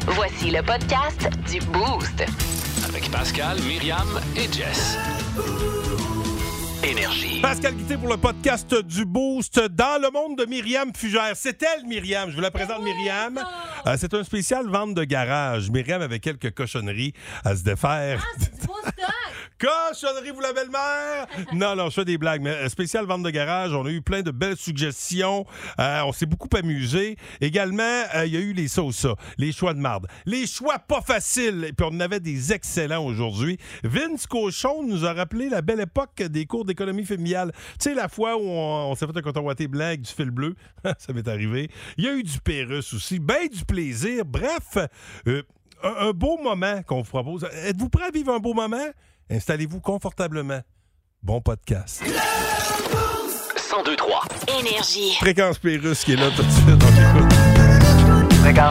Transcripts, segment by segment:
Voici le podcast du Boost. Avec Pascal, Myriam et Jess. Énergie. Pascal Guité pour le podcast du Boost dans le monde de Myriam Fugère. C'est elle, Myriam. Je vous la présente, Myriam. C'est un spécial vente de garage. Myriam avait quelques cochonneries à se défaire. Ah, c'est du beau stock! Cochonnerie, vous la belle-mère? Non, je fais des blagues, mais spécial vente de garage, on a eu plein de belles suggestions. On s'est beaucoup amusé. Également, il y a eu les ça, les choix de marde. Les choix pas faciles. Et puis, on en avait des excellents aujourd'hui. Vince Cochon nous a rappelé la belle époque des cours d'économie familiale. Tu sais, la fois où on s'est fait un coton ouaté blanc avec du fil bleu. Ça m'est arrivé. Il y a eu du Pérus aussi. Ben du plaisir. Bref, un beau moment qu'on vous propose. Êtes-vous prêts à vivre un beau moment? Installez-vous confortablement. Bon podcast. 1023. Énergie. Fréquence Pérusse qui est là tout de suite. On écoute. Fréquence,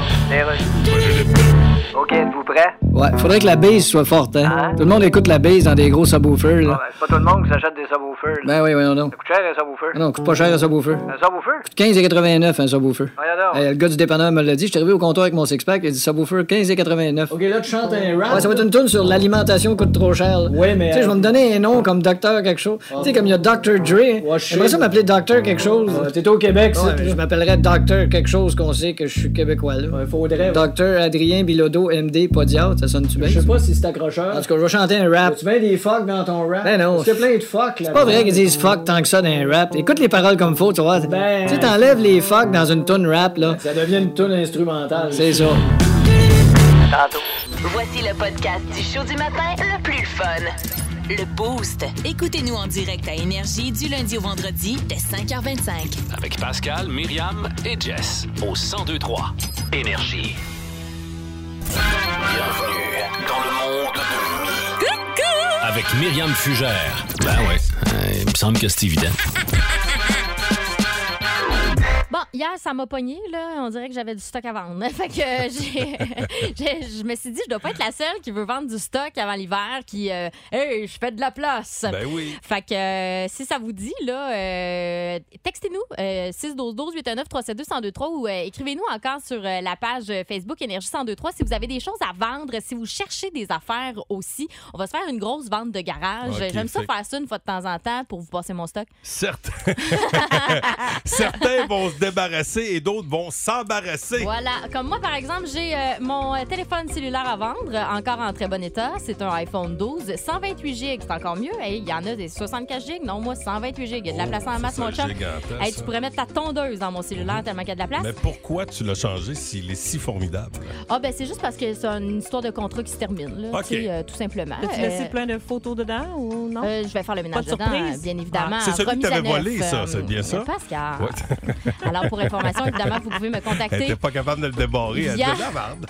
OK, êtes-vous prêts? Ouais, faudrait que la base soit forte, hein? Tout le monde écoute la base dans des gros subwoofers, là. C'est pas tout le monde qui s'achète des subwoofers. Ben oui, non. Ça coûte cher, un subwoofer. Non, coûte pas cher un subwoofer. Un subwoofer? Coûte 15,89 un subwoofer. Regarde donc. Le gars du dépanneur me l'a dit, je suis arrivé au comptoir avec mon six-pack, il a dit subwoofer 15,89. OK, là, tu chantes un rap. Ouais, ça va être une toune sur l'alimentation coûte trop cher. Là. Ouais, mais. Tu sais, je vais me donner un nom comme Docteur quelque chose. Tu sais, comme il y a Dr. Dre. J'aimerais ça m'appeler Docteur quelque chose. T'es au Québec, ça. Je m'appellerais Docteur quelque chose qu'on sait que je suis québécois, là. Faudrait. Docteur Adrien Bilodeau, MD, Podiat, ça sonne-tu bien? Je sais pas si c'est accrocheur. En tout cas, je vais chanter un rap. Tu mets des fuck dans ton rap? Ben non. Parce qu'il y a plein de fuck, là. C'est pas vrai qu'ils disent fuck tant que ça dans un rap. Écoute les paroles comme faut, tu vois. Ben. Tu sais, t'enlèves les fuck dans une toune rap, là. Ça devient une toune instrumentale. C'est ça. Tantôt. Voici le podcast du show du matin le plus fun. Le Boost. Écoutez-nous en direct à Énergie du lundi au vendredi dès 5h25. Avec Pascal, Myriam et Jess. Au 1023. Énergie. Bienvenue dans le monde de Mi. Avec Myriam Fugère. Ben ouais, il me semble que c'est évident. Bon, hier, ça m'a pogné, là. On dirait que j'avais du stock à vendre. Fait que je me suis dit, je dois pas être la seule qui veut vendre du stock avant l'hiver, qui, hey, je fais de la place. Ben oui. Fait que si ça vous dit, là, textez-nous 612-12-819-372-1023 ou écrivez-nous encore sur la page Facebook Énergie 1023 si vous avez des choses à vendre, si vous cherchez des affaires aussi. On va se faire une grosse vente de garage. Okay, J'aime ça faire ça une fois de temps en temps pour vous passer mon stock. Certains vont se débarrasser et d'autres vont s'embarrasser. Voilà. Comme moi, par exemple, j'ai mon téléphone cellulaire à vendre, encore en très bon état. C'est un iPhone 12, 128 GB, c'est encore mieux. Hey, il y en a des 64 GB. Non, moi, 128 GB. Il y a de la place en masse, mon chum. Hey, tu pourrais mettre ta tondeuse dans mon cellulaire tellement qu'il y a de la place. Mais pourquoi tu l'as changé s'il est si formidable? Ah, ben c'est juste parce que c'est une histoire de contrat qui se termine, là, OK. tout simplement. As-tu laissé plein de photos dedans ou non? Je vais faire le ménage Pas de dedans, surprise? bien évidemment. C'est celui que Remise t'avais à neuf, volé, ça, c'est bien ça? Pascal. Ouais. Alors, pour information, évidemment, vous pouvez me Elle contacter. était pas capable de le débarrer. Elle Via était de la merde.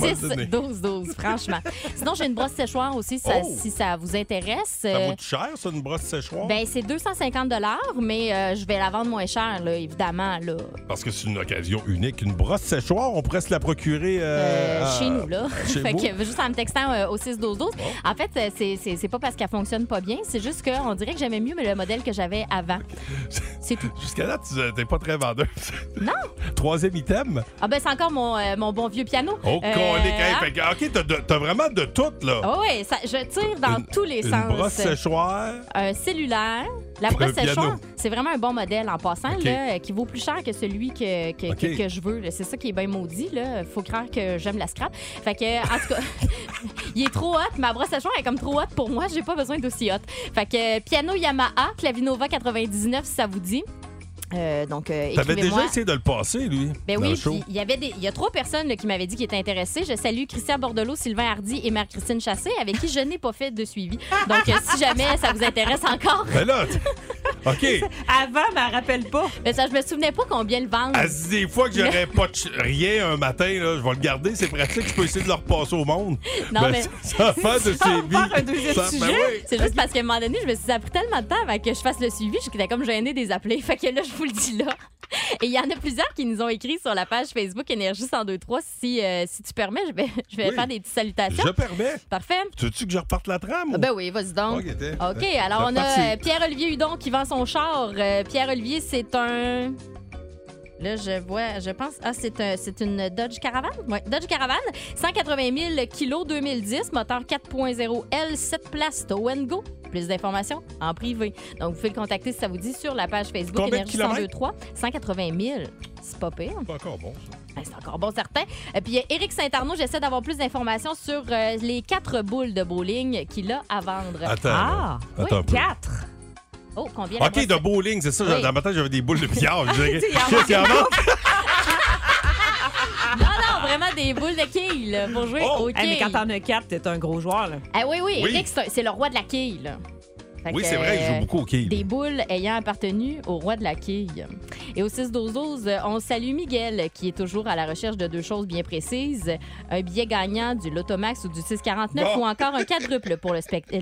Le 6-12-12, franchement. Sinon, j'ai une brosse séchoir aussi, si ça vous intéresse. Ça vaut cher, ça, une brosse séchoir? Ben, c'est 250 $, mais je vais la vendre moins cher, là, évidemment. Là. Parce que c'est une occasion unique. Une brosse séchoir, on pourrait se la procurer chez nous, là. Chez Fait vous? que, juste en me textant au 6-12-12. En fait, c'est pas parce qu'elle fonctionne pas bien, c'est juste qu'on dirait que j'aimais mieux le modèle que j'avais avant. C'est tout. Jusqu'à là, t'es pas très vendeuse. Non. Troisième item. Ah ben, c'est encore mon bon vieux piano. Oh, colique. Fait que, OK, t'as vraiment de tout, là. Oh oui, je tire dans tous les sens. Une brosse séchoir. Un cellulaire. La brosse piano. séchoir, c'est vraiment un bon modèle en passant, OK. là, qui vaut plus cher que celui que OK. je veux. Là. C'est ça qui est bien maudit. Là. Faut croire que j'aime la scrap. Fait que, en tout cas, il est trop hot. Ma brosse séchoir est comme trop hot pour moi. J'ai pas besoin d'aussi hot. Fait que piano Yamaha, Clavinova 99, si ça vous dit. Donc, T'avais déjà essayé de le passer, lui? Ben dans oui, le show? puis il y a 3 personnes là, qui m'avaient dit qu'ils étaient intéressés. Je salue Christian Bordelot, Sylvain Hardy et Mère-Christine Chassé, avec qui je n'ai pas fait de suivi. Donc, si jamais ça vous intéresse encore... Ben là, OK. Avant, mais elle rappelle pas. Ben ça, je me souvenais pas combien le vendre. Elle se dit des fois que j'aurais pas rien un matin, là, je vais le garder, c'est pratique, je peux essayer de le repasser au monde. Non, Ben, mais- ça va faire de Ça va ses faire un deuxième sujet. Ben oui. C'est juste parce qu'à un moment donné, je me suis dit, ça a pris tellement de temps avant que je fasse le suivi, j'étais comme gênée des appeler. Fait que là, je vous le dis là. Et il y en a plusieurs qui nous ont écrit sur la page Facebook Énergie 1023. Si tu permets, je vais Oui. faire des petites salutations. Je permets. Parfait. Tu veux-tu que je reparte la trame? Ben oui, vas-y donc. OK, alors on a Pierre-Olivier Hudon qui vend son char. Pierre-Olivier, c'est un... Là, je pense... Ah, c'est une Dodge Caravan? Oui, Dodge Caravan. 180 000 kilos 2010, moteur 4.0 L, 7 places, tow and go. Plus d'informations en privé. Donc, vous pouvez le contacter si ça vous dit sur la page Facebook Combien de Énergie kilomètres? 1023. 180 000. C'est pas pire. C'est pas encore bon, ça. C'est encore bon, certain. Puis, il y a Éric Saint-Arnaud, j'essaie d'avoir plus d'informations sur les 4 boules de bowling qu'il a à vendre. Attends un peu. 4. Oh, combien? OK, de bowling, c'est ça. Oui. Dans ma tête, j'avais des boules de billard. Je dirais, Il y en qu'est-ce qu'il y en a? Non, vraiment des boules de quilles là, pour jouer Oh! au quilles. Mais quand t'en as 4, t'es un gros joueur. Là. Ah oui, Oui. Éric, c'est le roi de la quille. Là. Fait Oui, que, c'est vrai, il joue beaucoup au quilles. Des boules ayant appartenu au roi de la quille. Et au 6-12-12, on salue Miguel, qui est toujours à la recherche de 2 choses bien précises. Un billet gagnant du Lotomax ou du 649 Bon. ou encore un quadruple pour le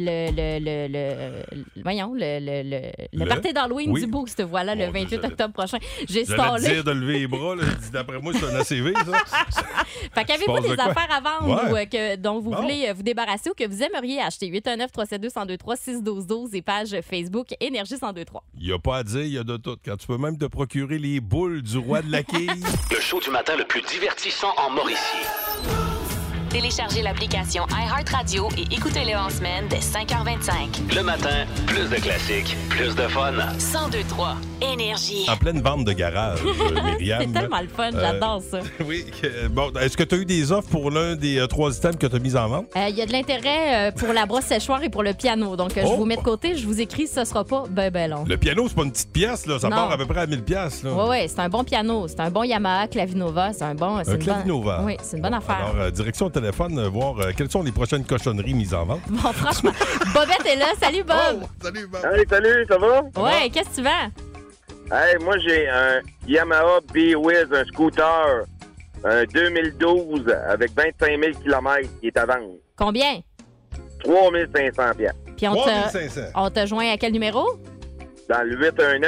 party d'Halloween Oui. du Boost. Voilà, le Mon 28 Dieu, octobre prochain. J'ai J'allais te stallé. dire de lever les bras. Là. D'après moi, c'est un ACV, ça. Fait qu'avez-vous Se passe des de quoi? affaires à vendre Ouais. ou dont vous Bon. voulez vous débarrasser ou que vous aimeriez acheter? 819-372-1023-612-12 et page Facebook Énergie 1023. Il n'y a pas à dire, il y a de tout. Quand tu peux même te procurer les boules du roi de la quille. Le show du matin le plus divertissant en Mauricie. Téléchargez l'application iHeartRadio et écoutez-le en semaine dès 5h25. Le matin, plus de classiques, plus de fun. 1023 Énergie. En pleine vente de garage, Myriam. C'est tellement le fun, j'adore ça. Oui. Bon, est-ce que tu as eu des offres pour l'un des 3 items que tu as mis en vente? Il y a de l'intérêt pour la brosse séchoir et pour le piano. Donc, je Oh! vous mets de côté, je vous écris, ce sera pas ben long. Le piano, c'est pas une petite pièce, là. Ça Non. part à peu près à 1000 pièces. Oui, oui, c'est un bon piano. C'est un bon Yamaha Clavinova. C'est un bon... Un Clavinova. Oui, c'est une bonne affaire. Alors, direction au téléphone, voir quelles sont les prochaines cochonneries mises en vente. Bon, franchement, Bobette est là. Salut, Bob. Oh, salut, Bob. Hey, salut, ça va? Ouais, qu'est-ce que tu vends? Hey, moi, j'ai un Yamaha B-Wiz, un scooter, un 2012 avec 25 000 km qui est à vendre. Combien? 3 500 $. Puis 3500. on te joint à quel numéro? Dans le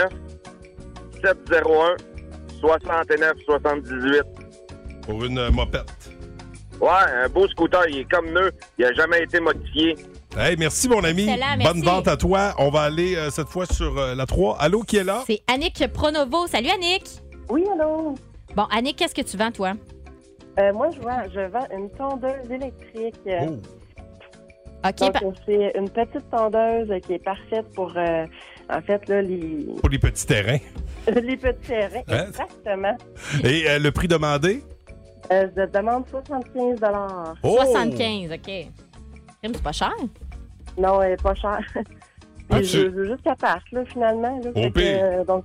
819-701-6978. Pour une mopette. Ouais, un beau scooter, il est comme neuf. Il n'a jamais été modifié. Hey, merci, mon ami. Excellent, merci. Bonne vente à toi. On va aller cette fois sur la 3. Allô, qui est là? C'est Annick Pronovo. Salut, Annick. Oui, allô? Bon, Annick, qu'est-ce que tu vends, toi? Moi, je vends une tondeuse électrique. OK. Donc, c'est une petite tondeuse qui est parfaite pour, en fait, là, les... Pour les petits terrains. les petits terrains, Hein? exactement. Et le prix demandé? Je demande 75 $. Oh! 75, OK. C'est pas cher? Non, elle est pas chère. Ah, Je veux juste qu'elle parte, là, finalement. Là, Au pire. donc,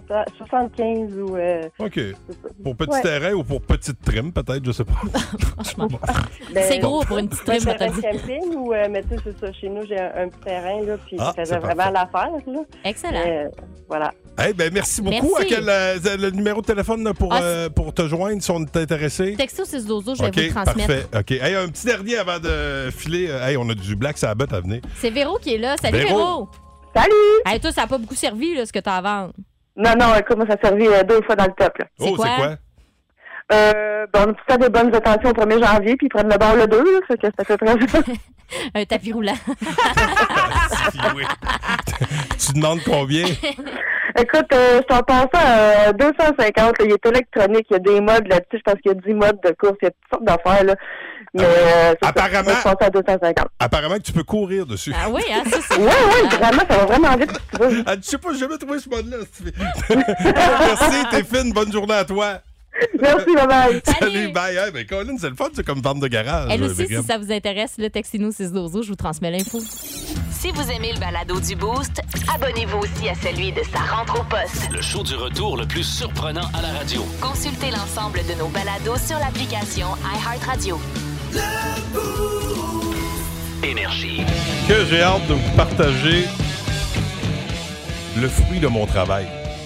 75 ou... OK. Pour petit terrain ou pour petite trim, peut-être, je sais pas. Franchement. Ben, C'est gros pour une petite trim, un on t'a dit. camping ou, mais tu sais, c'est ça. Chez nous, j'ai un petit terrain, là, puis ça c'est faisait vraiment l'affaire, là. Excellent. Voilà. Eh ben merci beaucoup. Merci. À quel le numéro de téléphone là, pour te joindre si on est intéressé? Texto 612, je vais OK, vous le transmettre. parfait. OK. Hey, un petit dernier avant de filer. Hey, on a du Black Sabbath à venir. C'est Véro qui est là. Salut, Véro. Véro. Salut! Hey, toi, ça n'a pas beaucoup servi, là, ce que tu as à vendre. Non, écoute, moi, ça a servi 2 fois dans le top, là. C'est quoi? On fait des bonnes attentions au 1er janvier, puis ils prennent le bord le 2, là, fait que ça fait très Un tapis roulant. Oui. Tu demandes combien? Écoute, je t'en passe à 250, là. Il est électronique, il y a des modes là-dessus, je pense qu'il y a 10 modes de course, il y a toutes sortes d'affaires, là. Mais apparemment, je pense à 250. Apparemment que tu peux courir dessus. Ah oui, hein, ça, c'est... Oui, vraiment, ça va vraiment vite, si tu veux. Ah, je sais pas, j'ai jamais trouvé ce mode-là. Merci, t'es fine. Bonne journée à toi. Merci, bye-bye. Salut, bye. Hey, ben, Colin, c'est le fun, c'est comme vente de garage. Elle aussi, Myriam. si ça vous intéresse, le textez-nous 612, je vous transmets l'info. Si vous aimez le balado du Boost, Abonnez-vous aussi à celui de sa rentre au poste. Le show du retour le plus surprenant à la radio. consultez l'ensemble de nos balados sur l'application iHeartRadio. Énergie. Que j'ai hâte de vous partager le fruit de mon travail.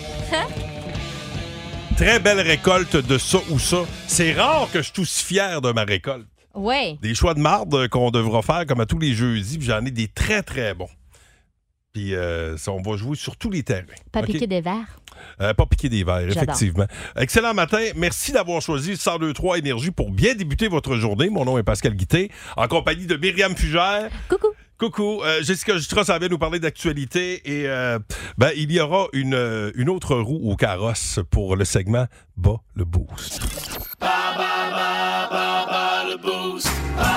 Très belle récolte de ça ou ça. C'est rare que je suis aussi fier de ma récolte. Ouais. Des choix de marde qu'on devra faire comme à tous les jeudis, puis j'en ai des très, très bons. Puis ça, on va jouer sur tous les terrains. Pas OK? piquer des verres. Pas piquer des verres, J'adore. effectivement. Excellent matin. Merci d'avoir choisi le 1023 Énergie pour bien débuter votre journée. Mon nom est Pascal Guitté, en compagnie de Myriam Fugère. Coucou. Coucou, Jessica Jutra s'en vient nous parler d'actualité et il y aura une autre roue au carrosse pour le segment Bas le Boost. Le boost.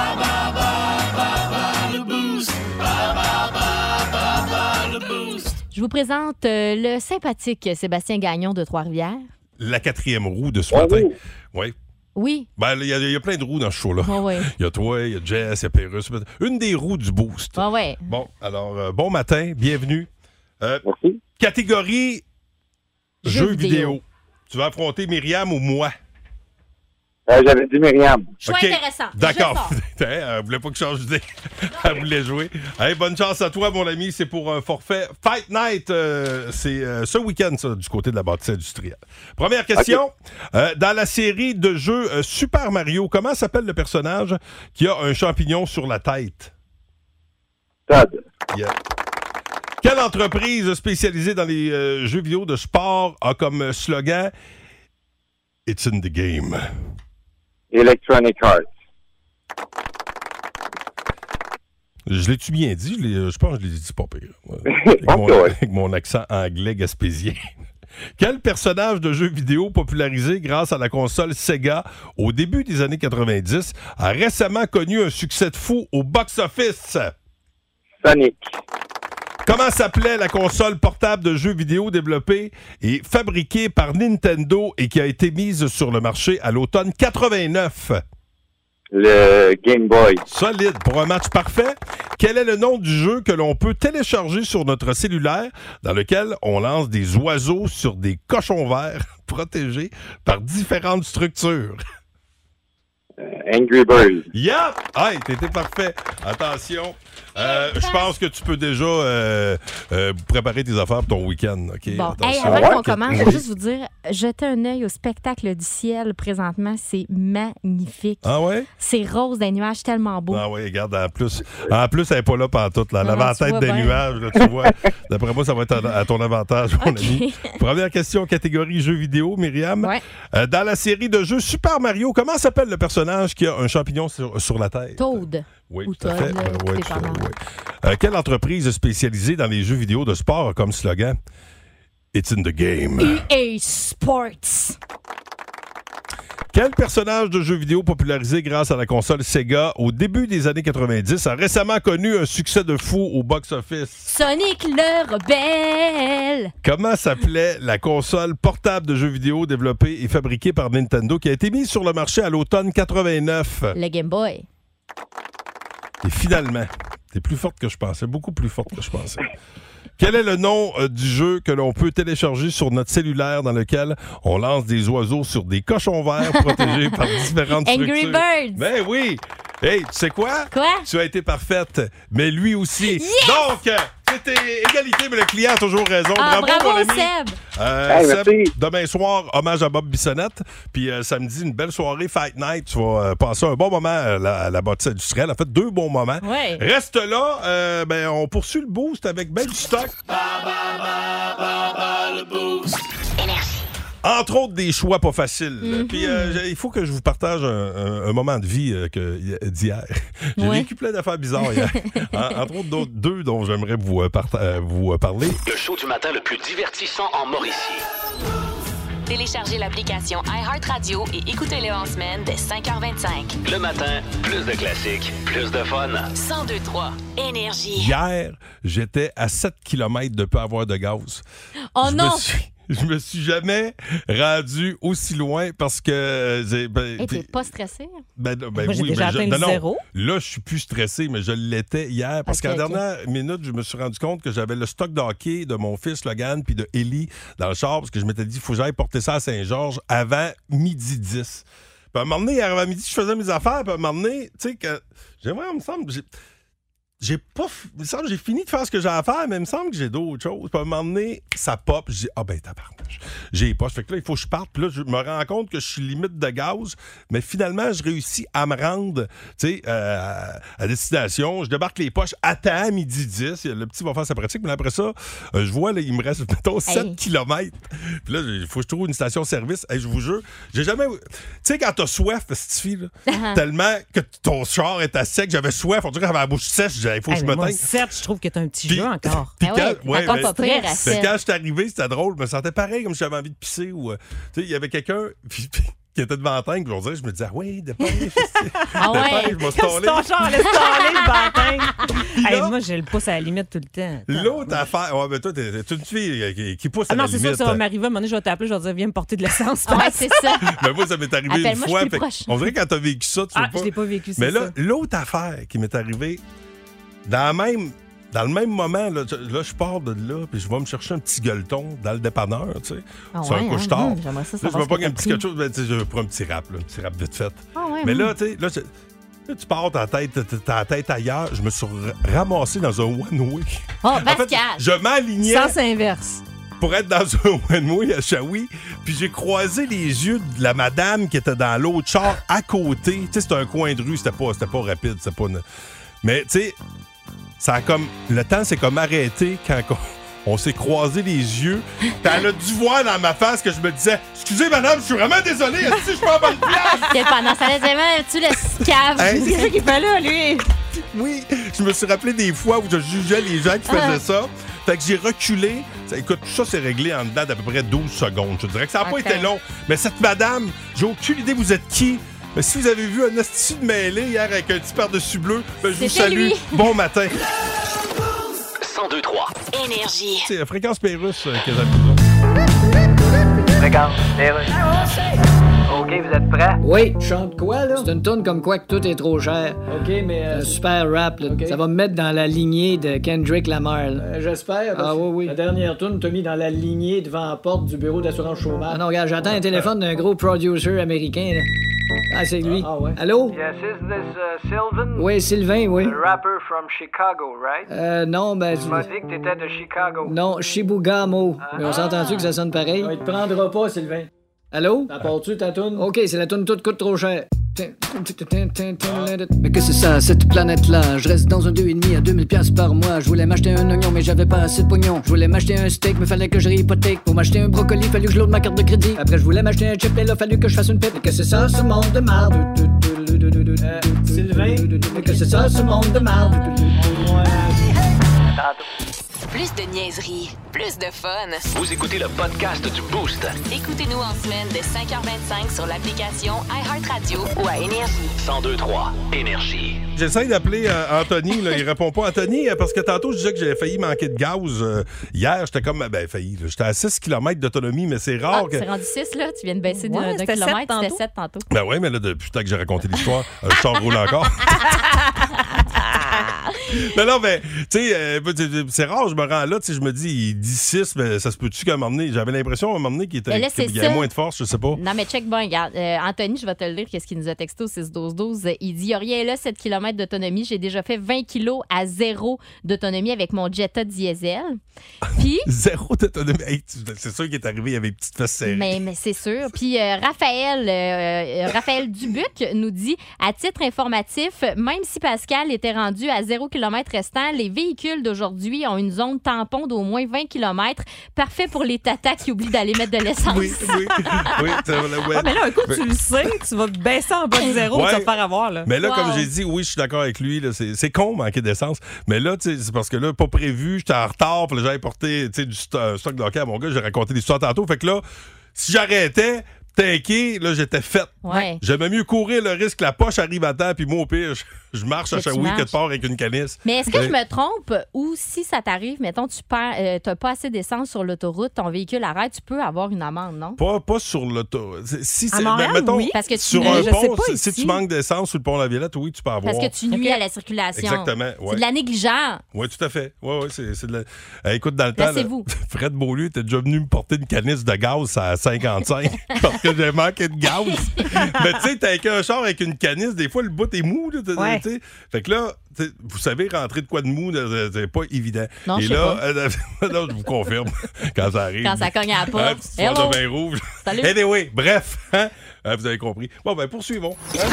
Le boost. Le boost. Je vous présente le sympathique Sébastien Gagnon de Trois-Rivières. La 4e roue de ce matin. Oui. Oui. Il y a plein de roues dans ce show-là. Oh, oui. Il y a toi, il y a Jess, il y a Pérus. Une des roues du Boost. Oh, oui. Bon, alors, bon matin, bienvenue. Merci. Catégorie Jeux jeux vidéo. Tu vas affronter Myriam ou moi? J'avais dit Myriam. Choix intéressant. D'accord. Elle voulait pas que je change d'idée. Elle voulait jouer. Hey, bonne chance à toi, mon ami. C'est pour un forfait Fight Night. C'est ce week-end, ça, du côté de la bâtisse industrielle. Première question. Okay. Dans la série de jeux Super Mario, comment s'appelle le personnage qui a un champignon sur la tête? Todd. Yeah. Quelle entreprise spécialisée dans les jeux vidéo de sport a comme slogan « It's in the game ». Electronic Arts. Je l'ai-tu bien dit? Je pense que je l'ai dit pas pire. Avec mon accent anglais gaspésien. Quel personnage de jeu vidéo popularisé grâce à la console Sega au début des années 90 a récemment connu un succès de fou au box-office? Sonic. Comment s'appelait la console portable de jeux vidéo développée et fabriquée par Nintendo et qui a été mise sur le marché à l'automne 89? Le Game Boy. Solide. Pour un match parfait, quel est le nom du jeu que l'on peut télécharger sur notre cellulaire dans lequel on lance des oiseaux sur des cochons verts protégés par différentes structures? Angry Birds. Yep! Hey, t'étais parfait. Attention. Je pense que tu peux déjà préparer tes affaires pour ton week-end. Okay? Bon, avant qu'on commence, je veux juste vous dire, jetez un œil au spectacle du ciel présentement. C'est magnifique. Ah ouais? C'est rose des nuages tellement beau. Ah oui, regarde, en plus, elle n'est pas là pantoute. Là. L'avant-tête des nuages, là, tu vois. D'après moi, ça va être à ton avantage, mon ami. Première question, catégorie jeux vidéo, Myriam. Ouais. Dans la série de jeux Super Mario, comment s'appelle le personnage qui a un champignon sur la tête? Toad. Oui, ou tout à fait. Todd, Oui. Quelle entreprise spécialisée dans les jeux vidéo de sport a comme slogan « It's in the game ». EA Sports. Quel personnage de jeu vidéo popularisé grâce à la console Sega au début des années 90 a récemment connu un succès de fou au box-office? Sonic le rebelle. Comment s'appelait la console portable de jeux vidéo développée et fabriquée par Nintendo qui a été mise sur le marché à l'automne 89? Le Game Boy. Et finalement, t'es plus forte que je pensais, beaucoup plus forte que je pensais. Quel est le nom du jeu que l'on peut télécharger sur notre cellulaire dans lequel on lance des oiseaux sur des cochons verts protégés par différentes structures? Angry Birds! Ben oui! Hey, tu sais quoi? Quoi? Tu as été parfaite, mais lui aussi. Yes! Donc, c'était égalité, mais le client a toujours raison. Bravo, mon ami. Seb! Seb, demain soir, hommage à Bob Bissonnette. Puis samedi, une belle soirée Fight Night. Tu vas passer un bon moment à la bâtisse industrielle. En fait, 2 bons moments. Ouais. Reste là. On poursuit le boost avec ben du stock. Le boost. Entre autres, des choix pas faciles. Puis il faut que je vous partage un moment de vie d'hier. J'ai vécu plein d'affaires bizarres hier. Entre autres, deux dont j'aimerais vous parler. Le show du matin le plus divertissant en Mauricie. Téléchargez l'application iHeartRadio et écoutez-le en semaine dès 5h25. Le matin, plus de classiques, plus de fun. 102.3 Énergie. Hier, j'étais à 7 km de pas avoir de gaz. Oh non! Je me suis jamais rendu aussi loin parce que... T'es pas stressé? Moi, j'ai déjà atteint le zéro. Là, je suis plus stressé, mais je l'étais hier. Parce qu'à la dernière minute, je me suis rendu compte que j'avais le stock de hockey de mon fils Logan puis de Ellie dans le char parce que je m'étais dit, il faut que j'aille porter ça à Saint-Georges avant 12h10. Puis à un moment donné, avant midi, je faisais mes affaires. Puis à un moment donné, tu sais, que j'aimerais, il me semble... Il me semble que j'ai fini de faire ce que j'ai à faire, mais il me semble que j'ai d'autres choses. Puis à un moment donné, ça pop. Je dis, tabarnouche. J'ai pas. Fait que là, il faut que je parte. Puis là, je me rends compte que je suis limite de gaz. Mais finalement, je réussis à me rendre, tu sais, à destination. Je débarque les poches à temps, 12h10. Le petit va faire sa pratique. Mais après ça, je vois, là, il me reste, mettons, 7 km. Puis là, il faut que je trouve une station-service. Hey, je vous jure, j'ai jamais... Tu sais, quand t'as soif, cette fille, là, tellement que ton char est à sec, j'avais soif. On dirait que j'avais la bouche sèche. il faut que je me teigne. Certes, je trouve que t'as un petit jeu encore. Puis quand je suis arrivé, c'était drôle. Je me sentais pareil comme si j'avais envie de pisser. Ou, il y avait quelqu'un qui était devant la teigne. Puis on dirait, je me disais, oui, dépêche. Ouais. Je m'en stallé. Ton char, laisse staller le bâtin. Moi, j'ai le pouce à la limite tout le temps. L'autre affaire, ouais, mais toi, t'es une fille qui pousse à la limite. Non, c'est sûr, ça va m'arriver. À un moment donné, je vais t'appeler, je vais te dire, viens me porter de l'essence. Ouais, c'est ça. Mais moi, ça m'est arrivé une fois. On dirait que quand t'as vécu ça, tu veux pas. Je l'ai pas vécu, c'est mais là, ça. l'autre affaire qui m'est arrivée, dans le même moment, là, je pars de là, puis je vais me chercher un petit gueuleton dans le dépanneur, tu sais. C'est un couche-tard. J'aimerais ça Là, je me pogne un petit quelque chose, je vais prendre un petit rap vite fait. Mais là, tu sais, là, tu pars ta tête ailleurs. Je me suis ramassé dans un one-way. Oh, en fait, je m'alignais. Sens inverse. Pour être dans un one-way à Shawi, puis j'ai croisé les yeux de la madame qui était dans l'autre char à côté. Tu sais, c'était un coin de rue, c'était pas rapide, c'était pas... Mais, tu sais, ça a comme... Le temps s'est comme arrêté quand on s'est croisé les yeux. Puis elle a dû voir dans ma face que je me disais « Excusez, madame, je suis vraiment désolé, est-ce que je suis pas en bonne place? » Pendant ça, tu le scave. C'est ça qu'il fait là, lui. Oui, je me suis rappelé des fois où je jugeais les gens qui faisaient ça. Fait que j'ai reculé. Écoute, tout ça, c'est réglé en dedans d'à peu près 12 secondes. Je dirais que ça n'a pas été long. Mais cette madame, j'ai aucune idée vous êtes qui. Mais si vous avez vu un asti de mêlée hier avec un petit par-dessus bleu, je vous salue. Lui. Bon matin. 102.3 Énergie. C'est Fréquence Pérusse qui est à la maison. Fréquence Pérusse. OK, vous êtes prêts? Oui. Tu chantes quoi, là? C'est une toune comme quoi que tout est trop cher. OK, mais... un super rap, là. Okay. Ça va me mettre dans la lignée de Kendrick Lamar, là. J'espère. Ah oui. La dernière toune t'a mis dans la lignée devant la porte du bureau d'assurance chômage. Ah non, regarde, j'attends un téléphone d'un gros producer américain, là. Ah, c'est lui. Ah ouais. Allô? Yes, is this Sylvain? Oui, Sylvain, oui. The rapper from Chicago, right? Non, ben... Tu m'as dit que t'étais de Chicago. Non, Chibougamau. Mais on s'entend-tu que ça sonne pareil? Il te prendra pas, Sylvain. Allô? T'apportes-tu ta toune? OK, c'est la toune toute coûte trop cher. Mais que c'est ça, cette planète-là? Je reste dans un 2,5 à 2000$ par mois. Je voulais m'acheter un oignon, mais j'avais pas assez de pognon. Je voulais m'acheter un steak, mais fallait que je réhypothèque. Pour m'acheter un brocoli, fallu que je load ma carte de crédit. Après, je voulais m'acheter un chip, et là, fallu que je fasse une pipe. Mais que c'est ça, ce monde de marde? Sylvain? Mais que c'est ça, ce monde de marde? Plus de niaiserie, plus de fun. Vous écoutez le podcast du Boost. Écoutez-nous en semaine de 5h25 sur l'application iHeartRadio ou à Énergie. 102.3 Énergie. J'essaie d'appeler Anthony, là, il répond pas. Anthony, parce que tantôt, je disais que j'avais failli manquer de gaz. Hier, j'étais comme, failli. J'étais à 6 km d'autonomie, mais c'est rare que... C'est rendu 6, là. Tu viens de baisser d'un kilomètre. C'était 7 tantôt. Ben oui, mais là, depuis que j'ai raconté l'histoire, je t'en roule encore. Non, mais, tu sais, c'est rare, je me rends là, tu sais, je me dis, il dit 6, mais ça se peut-tu qu'à un moment donné, j'avais l'impression à un moment donné qu'il y avait moins de force, je sais pas. Non, mais check bien, regarde. Anthony, je vais te le lire, qu'est-ce qu'il nous a texté au 6-12-12. Il dit, il n'y a rien là, 7 km d'autonomie. J'ai déjà fait 20 kilos à 0 d'autonomie avec mon Jetta diesel. Puis. 0 d'autonomie. Hey, c'est sûr qu'il est arrivé, il avait une petite fesse serrée. Mais c'est sûr. Puis Raphaël Dubuc nous dit, à titre informatif, même si Pascal était rendu à 0 km restant, les véhicules d'aujourd'hui ont une zone tampon d'au moins 20 km. Parfait pour les tatas qui oublient d'aller mettre de l'essence. Oui. Mais là, un coup, tu le sais, tu vas te baisser en bas de 0 tu vas te faire avoir. Là. Mais là, comme j'ai dit, oui, je suis d'accord avec lui. Là, c'est con manquer d'essence. Mais là, c'est parce que là, pas prévu, j'étais en retard, puis j'avais porté du stock de hockey à mon gars, j'ai raconté l'histoire tantôt. Fait que là, si j'arrêtais, tanké, là, j'étais faite. Ouais. J'aimais mieux courir le risque que la poche arrive à temps, puis moi, au pire, je marche à Shawi que de part avec une canisse. Mais est-ce que je me trompe ou si ça t'arrive, mettons, tu n'as pas assez d'essence sur l'autoroute, ton véhicule arrête, tu peux avoir une amende, non? Pas sur l'autoroute. Si à Montréal, mettons, oui. Parce que sur un pont, si tu manques d'essence sur le pont La Violette, oui, tu peux avoir. Parce que tu nuis à la circulation. Exactement. Ouais. C'est de la négligence. Oui, tout à fait. Oui, c'est de la... écoute, dans le temps, c'est vous. Fred Beaulieu était déjà venu me porter une canisse de gaz à 55 parce que j'ai manqué de gaz. Mais tu sais, t'as avec un char avec une canisse, des fois, le bout est mou. Là, t'sais. Fait que là, vous savez, rentrer de quoi de mou, c'est pas évident. Non, et là, non, je vous confirme, quand ça arrive. Quand ça cogne à la porte. De bain rouge. Salut. Anyway, bref, vous avez compris. Bon, ben, poursuivons.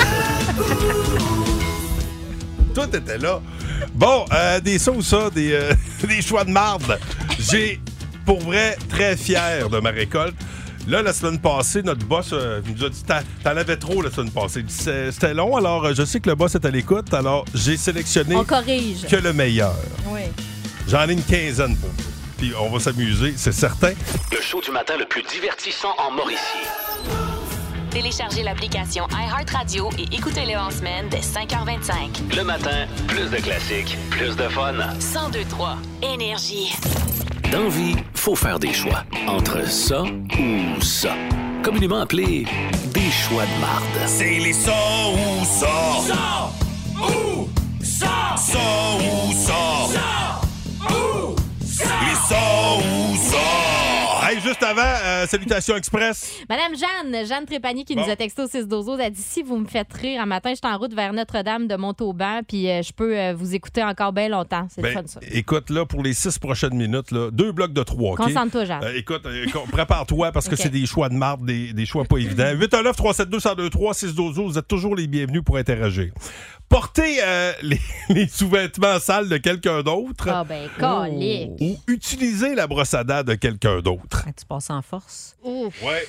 Tout était là. Bon, des ça ou ça, des choix de marde. J'ai, pour vrai, très fier de ma récolte. Là, la semaine passée, notre boss nous a dit t'en avais trop la semaine passée. Il dit, c'était long, alors je sais que le boss est à l'écoute, alors j'ai sélectionné on corrige. Que le meilleur. Oui. J'en ai une quinzaine pour vous. Puis on va s'amuser, c'est certain. Le show du matin le plus divertissant en Mauricie. Téléchargez l'application iHeartRadio et écoutez-le en semaine dès 5h25. Le matin, plus de classiques, plus de fun. 102.3 Énergie. Dans la vie, faut faire des choix. Entre ça ou ça. Communément appelé des choix de marde. C'est les ça ou ça. Ça ou ça. Ça ou ça. Ça ou ça. Les ça ou ça. Hey, juste avant, salutations express. Madame Jeanne Trépanier qui nous a texté au 6-12-12, elle dit si vous me faites rire un matin, je suis en route vers Notre-Dame de Montauban, puis je peux vous écouter encore bien longtemps. C'est le fun, ça. Écoute, là, pour les 6 prochaines minutes, là, 2 blocs de 3. Okay? Concentre-toi, Jeanne. Écoute, prépare-toi parce que c'est des choix de marde, des choix pas évidents. 819-372-1023, 6-12-12, vous êtes toujours les bienvenus pour interagir. Porter les sous-vêtements sales de quelqu'un d'autre. Ah ben, calique. Ou utiliser la brosse à dents de quelqu'un d'autre. Tu passes en force. Ouf. Ouais.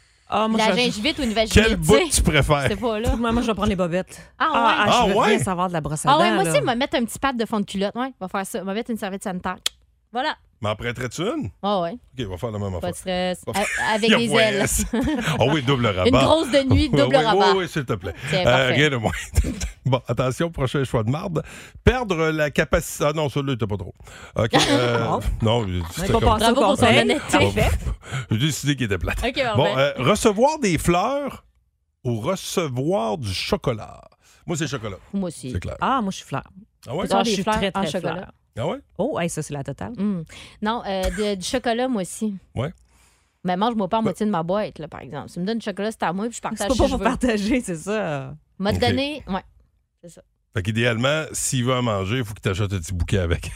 La gingivite ou une vaginite? Quel bout tu préfères? C'est pas là. Moi, je vais prendre les bobettes. Ah je veux bien savoir de la brosse à dents. Moi aussi, je vais mettre un petit pad de fond de culotte. Ouais, on va faire ça. On va mettre une serviette sanitaire. Voilà. M'en prêterais-tu une? Ah ouais. OK, on va faire la même affaire. Pas de stress. Avec des ailes. Ah oui, double rabat. Une grosse de nuit, double rabat. Oui, s'il te plaît. Rien de moins. Bon, attention, prochain choix de marde. Perdre la capacité... Ah non, celui-là, il était pas trop. OK. Non, c'était comme... Bravo pour son honnêteté. J'ai décidé qu'il était plate. OK, bon, recevoir des fleurs ou recevoir du chocolat? Moi, c'est chocolat. Moi aussi. C'est clair. Ah, moi, je suis fleur. Ah ouais? Je suis très, très chocolat. Ah ouais? Oh, ça, c'est la totale. Non, du chocolat, moi aussi. Ouais. Mais mange-moi pas en moitié de ma boîte, là, par exemple. Si tu me donnes du chocolat, c'est à moi, puis je partage. C'est pas pour partager, c'est ça. M'a donné. Ouais, c'est ça. Fait qu'idéalement, s'il veut en manger, il faut qu'il t'achète un petit bouquet avec.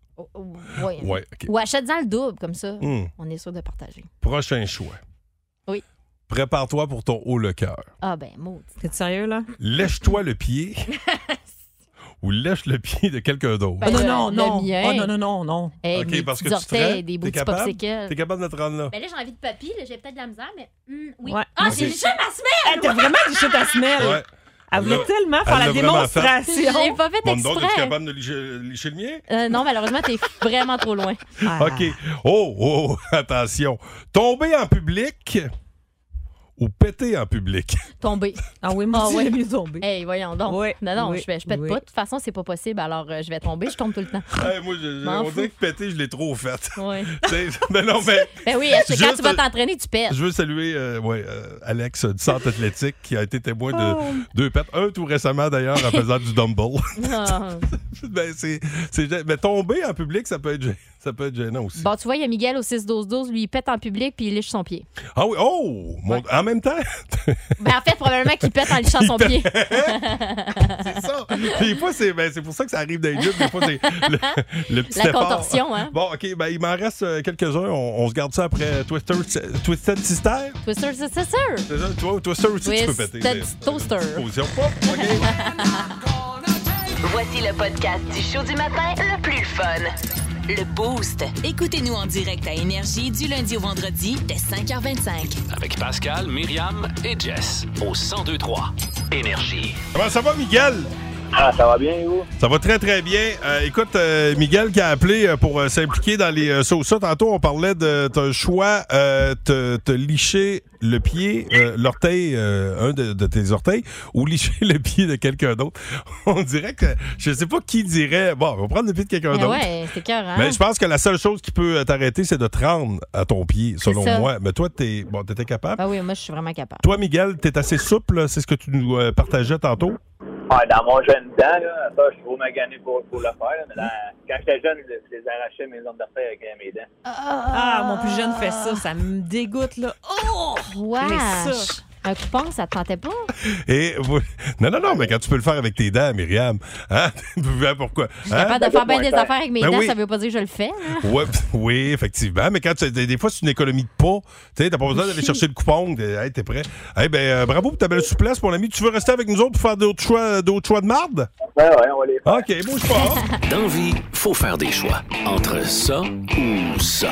Oui. Ouais, OK. Ou achète-en le double, comme ça. On est sûr de partager. Prochain choix. Oui. Prépare-toi pour ton haut le cœur. Ah ben, maudit. T'es sérieux, là? Lèche-toi le pied. Ou lèche le pied de quelqu'un d'autre. Ben, non. Le mien. Oh, non. Hey, OK, parce que tu te rends, des bouts de popsicle. T'es capable de te rendre là? Ben là, j'ai envie de papy. J'ai peut-être de la misère, mais oui. Ouais. Ah, j'ai liché ma semelle! T'as vraiment liché ta semelle? Ouais. Elle voulait tellement faire la démonstration. J'ai pas fait exprès. Donc, es-tu capable de licher le mien? Non, malheureusement, t'es vraiment trop loin. OK. Oh, attention. Tomber en public ou péter en public? Tomber. Ah oui, moi aussi, j'aime mieux tomber. Hey, voyons donc. Oui, non, je pète pas. De toute façon, c'est pas possible, alors je vais tomber, je tombe tout le temps. Moi, on dirait que péter, je l'ai trop fait. Oui. Mais non, mais... Ben oui, quand tu vas t'entraîner, tu pètes. Je veux saluer Alex du Centre athlétique qui a été témoin de 2 pètes. Un tout récemment, d'ailleurs, en faisant du dumbbell. Mais tomber en public, ça peut être gênant aussi. Bon, tu vois, il y a Miguel au 6-12-12, lui, il pète en public puis il liche son pied. Ah oui, en même temps? Ben, en fait, probablement qu'il pète en lichant son pied. C'est ça. Des fois, c'est pour ça que ça arrive dans les luttes. Des fois, c'est le petit effort. La contorsion, hein? Bon, OK, il m'en reste quelques-uns. On se garde ça après Twisted Sister. Twisted Sister. C'est ça, toi, Twister aussi, tu peux péter. Twisted Toaster. Position pop, OK. Voici le podcast du show du matin le plus fun. Le Boost. Écoutez-nous en direct à Énergie du lundi au vendredi dès 5h25. Avec Pascal, Myriam et Jess au 102.3 Énergie. Comment ça va, Miguel? Ah, ça va bien, vous? Ça va très, très bien. Écoute, Miguel qui a appelé pour s'impliquer dans les sauces. Tantôt, on parlait de ton choix, te licher le pied, l'orteil, un de tes orteils, ou licher le pied de quelqu'un d'autre. On dirait que, je sais pas qui dirait, bon, on va prendre le pied de quelqu'un d'autre. Ouais, c'est cœur, hein? Mais je pense que la seule chose qui peut t'arrêter, c'est de te rendre à ton pied, selon moi. Mais toi, t'étais capable? Ah oui, moi, je suis vraiment capable. Toi, Miguel, t'es assez souple, c'est ce que tu nous partageais tantôt? Ouais, dans mon jeune temps, là, ça, je suis trop magané pour le faire. Là, mais quand j'étais jeune, je les arrachais mes ongles d'orteil avec mes dents. Mon plus jeune fait ça me dégoûte, là. Oh! Wesh! Un coupon, ça te tentait pas? Non, mais quand tu peux le faire avec tes dents, Myriam, hein? Pourquoi? Je suis capable de faire bien des affaires avec mes dents, ça veut pas dire que je le fais. Hein? Ouais, oui, effectivement. Mais quand des fois, c'est une économie de pas. Tu sais, t'as pas besoin d'aller chercher le coupon. Hey, t'es prêt? Hey, bravo pour ta belle souplesse, mon ami. Tu veux rester avec nous autres pour faire d'autres choix de marde? Ouais, on va les faire. OK, bouge pas. Dans la vie, faut faire des choix. Entre ça ou ça.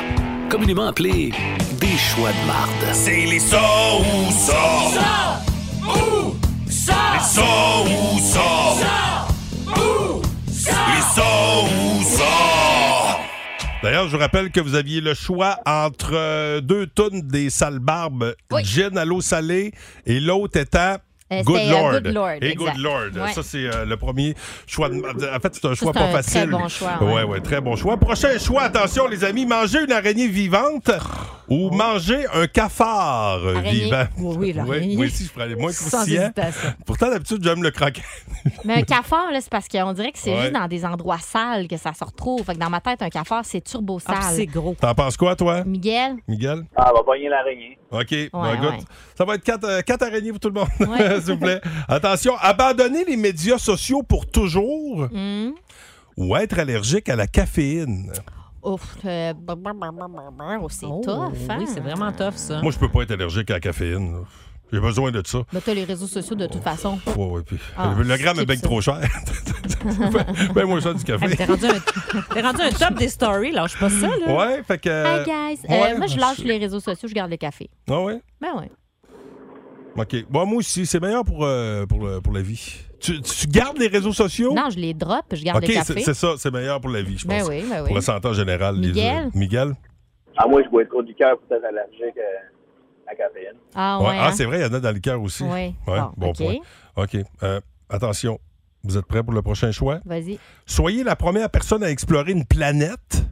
communément appelés des choix de marde. C'est les ça ou ça. Ça ou ça. Les ça ou ça. Ça ou ça. Les ça ou ça. D'ailleurs, je vous rappelle que vous aviez le choix entre 2 tonnes des sales barbes, gin à l'eau salée, et l'autre étant Good Lord. Good Lord, Et exact. Good Lord. Ouais. Ça, c'est le premier choix. En fait, c'est un choix c'est pas un facile. très bon choix, Ouais, très bon choix. Prochain choix, attention, les amis, manger une araignée vivante ou manger un cafard vivant. Oui, l'araignée. Moi aussi, je prends les moins Sans croustillants. hésitation. Pourtant, d'habitude, j'aime le croquant. Mais un cafard, là, c'est parce qu'on dirait que c'est Ouais. juste dans des endroits sales que ça se retrouve. Fait que dans ma tête, un cafard, c'est turbo sale. c'est gros. T'en penses quoi, toi? Miguel? Miguel? Ah, on va pogner l'araignée. OK. Ouais, good. ouais. Ça va être 4 araignées pour tout le monde, Ouais. s'il vous plaît. Attention, abandonner les médias sociaux pour toujours ou être allergique à la caféine. Ouf, c'est tough, hein? Oui, c'est vraiment tough, ça. Moi, je peux pas être allergique à la caféine. Là. J'ai besoin de ça. Ben, t'as les réseaux sociaux de toute façon. Ouais, puis Ah, le gramme est bien skip ça. trop cher. Ben, moi, ça, du café. Hey, t'es rendu un top des stories, lâche pas ça, là. Ouais, fait que... Hi, guys. ouais, moi, je lâche les réseaux sociaux, je garde le café. Ah ouais? Ben oui. OK. Bon, moi aussi, c'est meilleur pour la vie. Tu gardes les réseaux sociaux? Non, je les drop, je garde OK, le café. c'est ça, c'est meilleur pour la vie, je pense. Ben oui, ben oui. Pour la santé en général. Miguel? Miguel? Ah, moi, je bois trop du cœur pour être allergique à la caféine. Ah Ouais. ouais. Ah, hein? c'est vrai, il y en a dans le cœur aussi. Oui. Ouais, Bon, OK. point. OK. Attention, vous êtes prêts pour le prochain choix? Vas-y. Soyez la première personne à explorer une planète.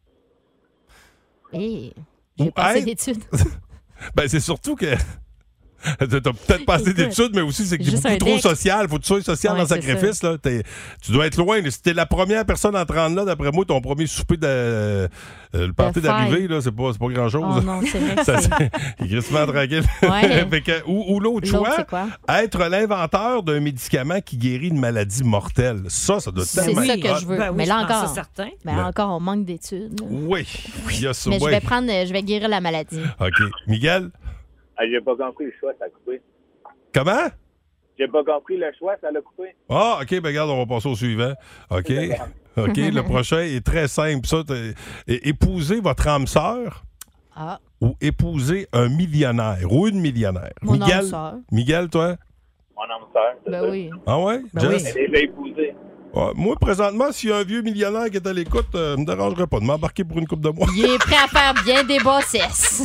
Hey, j'ai Ou passé être- d'études. Ben, c'est surtout que... T'as peut-être pas assez Écoute, d'études, mais aussi c'est que t'es juste beaucoup un trop deck. social. Faut que tu sois social Ouais, dans le c'est sacrifice. Là. Tu dois être loin. Là. Si t'es la première personne à te rendre là, d'après moi, ton premier souper le party De d'arrivée, là, c'est pas grand-chose. Oh non, c'est vrai que Ça, c'est... il est crissement tranquille. Ouais. Fait que, ou l'autre L'autre, choix, c'est quoi? être l'inventeur d'un médicament qui guérit une maladie mortelle. Ça doit C'est tellement ça être que hot. je veux. Ben oui, mais là je pense encore, ça, certain. mais Ben- encore, on manque d'études. là. Oui, il y a ça. Mais ouais. je vais guérir la maladie. OK. Miguel, Ah, j'ai pas compris le choix, ça a coupé. comment? J'ai pas compris le choix, ça l'a coupé. Ah, OK, ben regarde, on va passer au suivant. OK. OK, le prochain est très simple. Ça, épouser votre âme sœur Ah, ou épouser un millionnaire ou une millionnaire. mon âme Miguel, sœur. Miguel, toi? Mon âme sœur, c'est Ben ça. oui. Ah ouais? Ben Jess? oui. Elle est déjà épousée. Ouais, moi, présentement, s'il y a un vieux millionnaire qui est à l'écoute, me dérangerait pas de m'embarquer pour une coupe de mois. Il est prêt à faire bien des bossesses.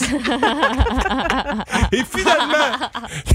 Et finalement,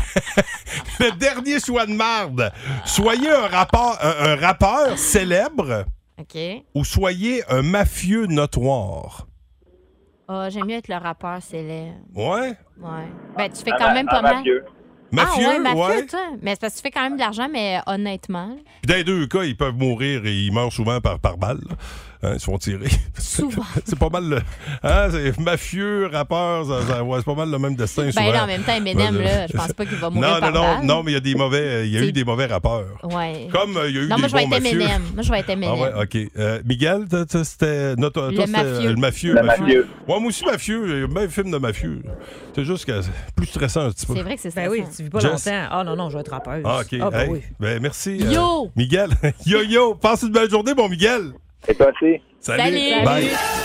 le dernier choix de marde. Soyez un rappeur célèbre OK. ou soyez un mafieux notoire. Ah, j'aime mieux être le rappeur célèbre. Ouais? Ouais. Ben, tu fais quand même pas mal. Mafieux. Mafieux, ah ouais, mafieux, ouais. toi. Mais c'est parce que tu fais quand même de l'argent, mais honnêtement. Puis dans les deux cas, ils peuvent mourir et ils meurent souvent par balle. Là. Hein, ils se font tirer. Souvent. C'est pas mal le. Hein, c'est mafieux, rappeur, ouais, c'est pas mal le même destin. Ben souvent. là, en même temps, Eminem, Ben, là, je pense pas qu'il va mourir non, par balle. non, mais il y a des mauvais. Il y a eu des mauvais rappeurs. Ouais. Comme il y a eu Non, des moi, je vais bons être mafieux. Eminem. Moi, je vais être Eminem. Ah ouais, OK. Miguel, c'était Le mafieux. le mafieux. Le mafieux. Ouais, moi aussi, mafieux. Il y a même film de mafieux. C'est juste que c'est plus stressant un petit peu. C'est vrai que c'est ça. Ben oui, tu vis pas Jess? longtemps. Ah non, je vais être rappeuse. Ah, OK. Ah, ben Hey, oui. ben, merci. Yo! Miguel. Yo. Passe une belle journée, mon Miguel. Et toi aussi? Salut. Bye.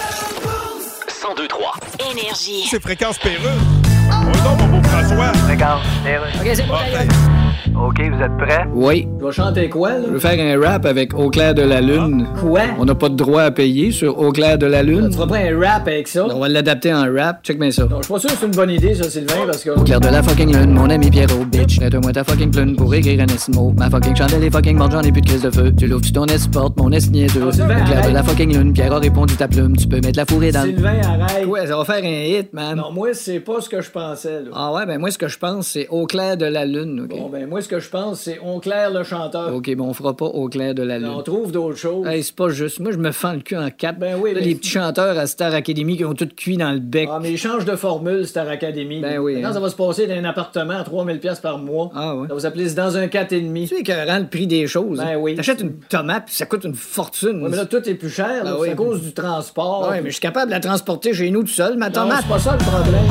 1023. Énergie. C'est Fréquence Pérusse. On est donc, mon beau François. Regarde, OK, c'est bon. Ah, d'ailleurs. OK, vous êtes prêts? Oui. Je vais chanter quoi, là? Je veux faire un rap avec Au clair de la lune. Quoi? On n'a pas de droit à payer sur Au clair de la lune. Tu feras pas un rap avec ça? On va l'adapter en rap. Check bien ça. Non, je suis pas sûr que c'est une bonne idée, ça, Sylvain, parce que... Au clair de la fucking lune, mon ami Pierrot, bitch. Prête-moi ta fucking plume pour écrire un esmo. Ma fucking chandelle est fucking morte, j'en ai plus de crise de feu. Tu l'ouvres, tu ton porte mon niaiseux. Au clair de la fucking lune, Pierre a répondu ta plume. Tu peux mettre la fourrée dans le... Sylvain, arrête. Ouais, ça va faire un hit, man. Non, moi, c'est pas ce que je pensais, là. Ah ouais, ben moi, ce que je pense, c'est Au clair de la lune, OK? Bon, ben moi, ce que je pense, c'est On clair le chanteur. OK, bon, on fera pas Au clair de la lune. On trouve d'autres choses. Hey, c'est pas juste. Moi, je me fends le cul en quatre. Ben oui, là, les petits chanteurs à Star Academy qui ont tout cuit dans le bec. Ah, mais ils changent de formule, Star Academy. Ben oui. Maintenant, ça va se passer dans un appartement à 3000$ par mois. Ah ouais. Ça va s'appeler dans un 4,5. Tu sais écœurant le prix des choses. Ben oui. T'achètes une tomate puis ça coûte une fortune. Ouais, mais là, tout est plus cher. Là, c'est à cause du transport. Ouais, mais je suis capable de la transporter chez nous tout seul, ma tomate. C'est pas ça le problème.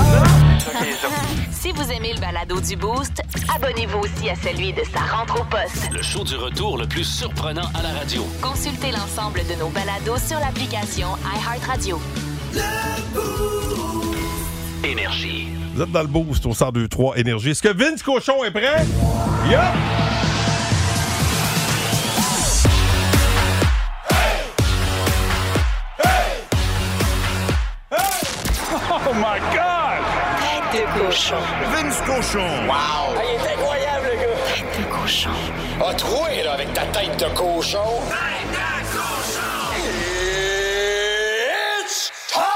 Si vous aimez le balado du Boost, Abonnez-vous aussi à celui de Sa rentre au poste. Le show du retour le plus surprenant à la radio. consultez l'ensemble de nos balados sur l'application iHeartRadio. Le Énergie. Vous êtes dans le boost au 102.3 Énergie. Est-ce que Vince Cochon est prêt? Yup! Oh my God! Tête de cochon. Vince Cochon! Wow! Ah, il est incroyable, le gars! Tête de cochon. A troué, là, avec ta tête de cochon. Tête de cochon! It's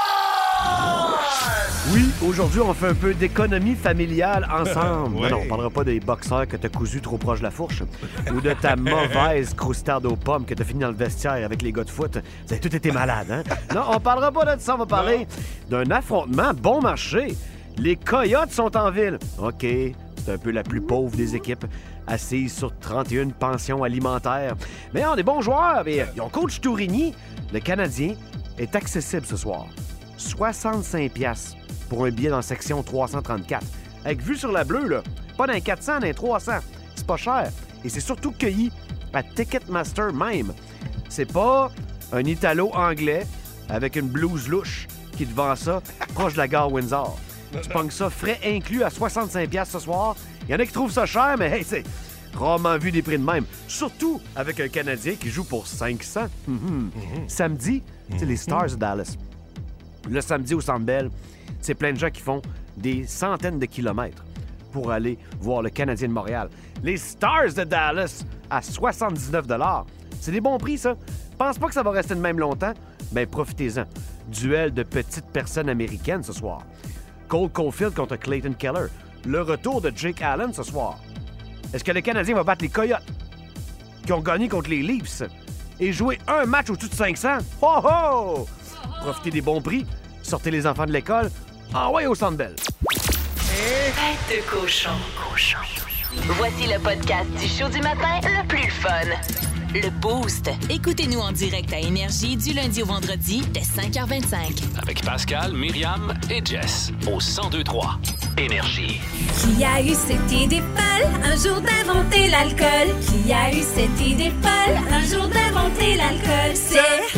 time! Oui, aujourd'hui, on fait un peu d'économie familiale ensemble. Ouais. Non, on parlera pas des boxeurs que t'as cousu trop proche de la fourche ou de ta mauvaise croustarde aux pommes que t'as fini dans le vestiaire avec les gars de foot. Vous avez tous été malades, hein? Non, on parlera pas de ça, on va parler d'un affrontement bon marché. Les Coyotes sont en ville. OK, c'est un peu la plus pauvre des équipes, assise sur 31 pensions alimentaires. Mais on est bons joueurs et ils ont coach Tourigny. Le Canadien est accessible ce soir. 65$ pour un billet dans la section 334. Avec vue sur la bleue, là. Pas d'un 400, d'un 300. C'est pas cher. Et c'est surtout cueilli à Ticketmaster même. C'est pas un Italo-anglais avec une blouse louche qui te vend ça proche de la gare Windsor. Tu pognes ça frais inclus à 65$ ce soir. Il y en a qui trouvent ça cher, mais hey, c'est rarement vu des prix de même. Surtout avec un Canadien qui joue pour 500. Samedi, c'est les Stars de Dallas. Le samedi au Centre Bell, c'est plein de gens qui font des centaines de kilomètres pour aller voir le Canadien de Montréal. Les Stars de Dallas à 79$. C'est des bons prix, ça. Pense pas que ça va rester de même longtemps? Ben, profitez-en. Duel de petites personnes américaines ce soir. Cole Caulfield contre Clayton Keller. Le retour de Jake Allen ce soir. Est-ce que le Canadien va battre les Coyotes qui ont gagné contre les Leafs et jouer un match au-dessus de 500? Ho ho! Profitez des bons prix. Sortez les enfants de l'école. Ouais, au Centre Bell. Tête de cochon. Voici le podcast du show du matin le plus fun. Le Boost. Écoutez-nous en direct à Énergie du lundi au vendredi dès 5h25. Avec Pascal, Myriam et Jess au 102.3 Énergie. Qui a eu cette idée folle un jour d'inventer l'alcool? Qui a eu cette idée folle un jour d'inventer l'alcool? C'est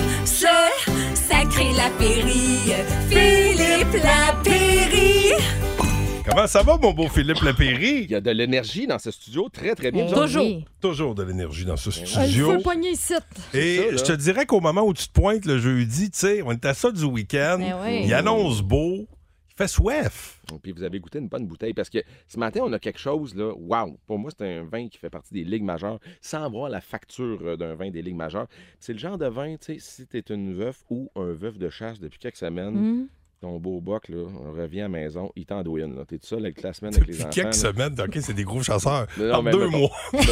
Sacré Lapéry, Philippe Lapéry. Comment ça va, mon beau Philippe Lapéry? Il y a de l'énergie dans ce studio, très, très bien. Toujours de l'énergie dans ce Il studio. faut le poigner ici. Et je te dirais qu'au moment où tu te pointes le jeudi, tu sais, on est à ça du week-end. oui. Il annonce beau. Il fait soif. Puis vous avez goûté une bonne bouteille parce que ce matin, on a quelque chose, là, wow! Pour moi, c'est un vin qui fait partie des ligues majeures sans avoir la facture d'un vin des ligues majeures. C'est le genre de vin, tu sais, si t'es une veuf ou un veuf de chasse depuis quelques semaines, ton beau boc, là, revient à la maison, il t'endouine. T'es tout seul avec la semaine avec les enfants. Depuis quelques semaines, OK, c'est des gros chasseurs. Non, en 2 mois.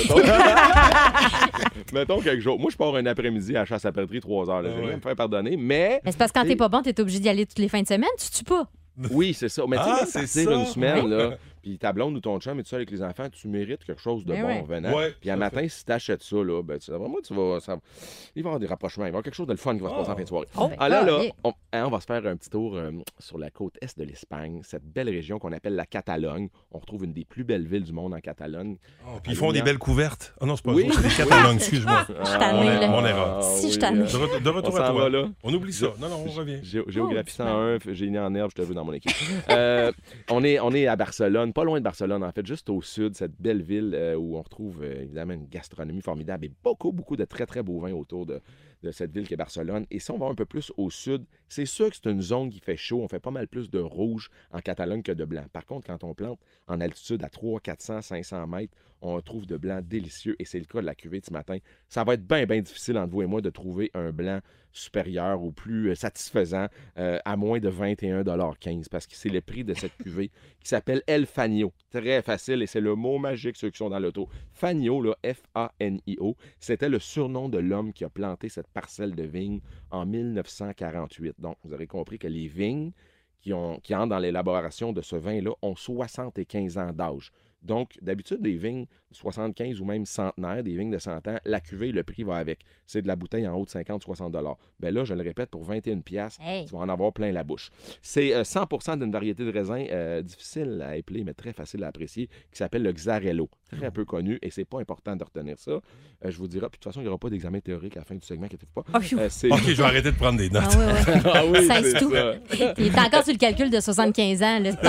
Mettons quelques jours. Moi, je pars un après-midi à la chasse à pêlerie 3 heures. Là. Je vais me faire pardonner, mais... Mais c'est parce que quand t'es pas bon, t'es obligé d'y aller toutes les fins de semaine. Tu tues pas. Oui, c'est ça. Mais tu sais, c'est partir une semaine, ouais. là, puis ta blonde ou ton chum est tout seul avec les enfants, tu mérites quelque chose de Mais bon ouais. venant. Ouais, Puis un matin, si t'achètes ça, là, ben, vraiment, il va y avoir des rapprochements. Il va y avoir quelque chose de le fun qui va se passer en fin de soirée. Là, on va se faire un petit tour sur la côte est de l'Espagne, cette belle région qu'on appelle la Catalogne. On retrouve une des plus belles villes du monde en Catalogne. Puis ils font des belles couvertes. Ah non, c'est pas Oui. c'est des Catalognes, excuse-moi. tannée, là. Mon erreur. Si je t'en ai. De retour On à s'en toi. va, là. On oublie ça. Non, on revient. Géographie 101, génie en herbe, je te veux dans mon équipe. On est à Barcelone, pas loin de Barcelone, en fait, juste au sud, cette belle ville où on retrouve évidemment une gastronomie formidable et beaucoup de très, très beaux vins autour de cette ville qui est Barcelone. Et si on va un peu plus au sud, c'est sûr que c'est une zone qui fait chaud. On fait pas mal plus de rouge en Catalogne que de blanc. Par contre, quand on plante en altitude à 300, 400, 500 mètres, on trouve de blanc délicieux. Et c'est le cas de la cuvée de ce matin. Ça va être bien difficile entre vous et moi de trouver un blanc supérieur ou plus satisfaisant à moins de 21,15 parce que c'est le prix de cette cuvée qui s'appelle El Fanio. Très facile et c'est le mot magique, ceux qui sont dans l'auto. Fanio, là, F-A-N-I-O, c'était le surnom de l'homme qui a planté cette parcelle de vignes en 1948. Donc, vous aurez compris que les vignes qui entrent dans l'élaboration de ce vin-là ont 75 ans d'âge. Donc, d'habitude, des vignes de 75 ou même centenaires, des vignes de 100 ans, la cuvée, le prix va avec. C'est de la bouteille en haut de 50-60 $. Bien là, je le répète, pour 21 piastres, tu vas en avoir plein la bouche. C'est 100% d'une variété de raisin difficile à épeler, mais très facile à apprécier, qui s'appelle le Xarello. très peu connu et c'est pas important de retenir ça. Je vous dirai, puis de toute façon, il n'y aura pas d'examen théorique à la fin du segment, inquiétez-vous pas. OK, je vais arrêter de prendre des notes. Ah oui, c'est tout. Il est encore sur le calcul de 75 ans. Là,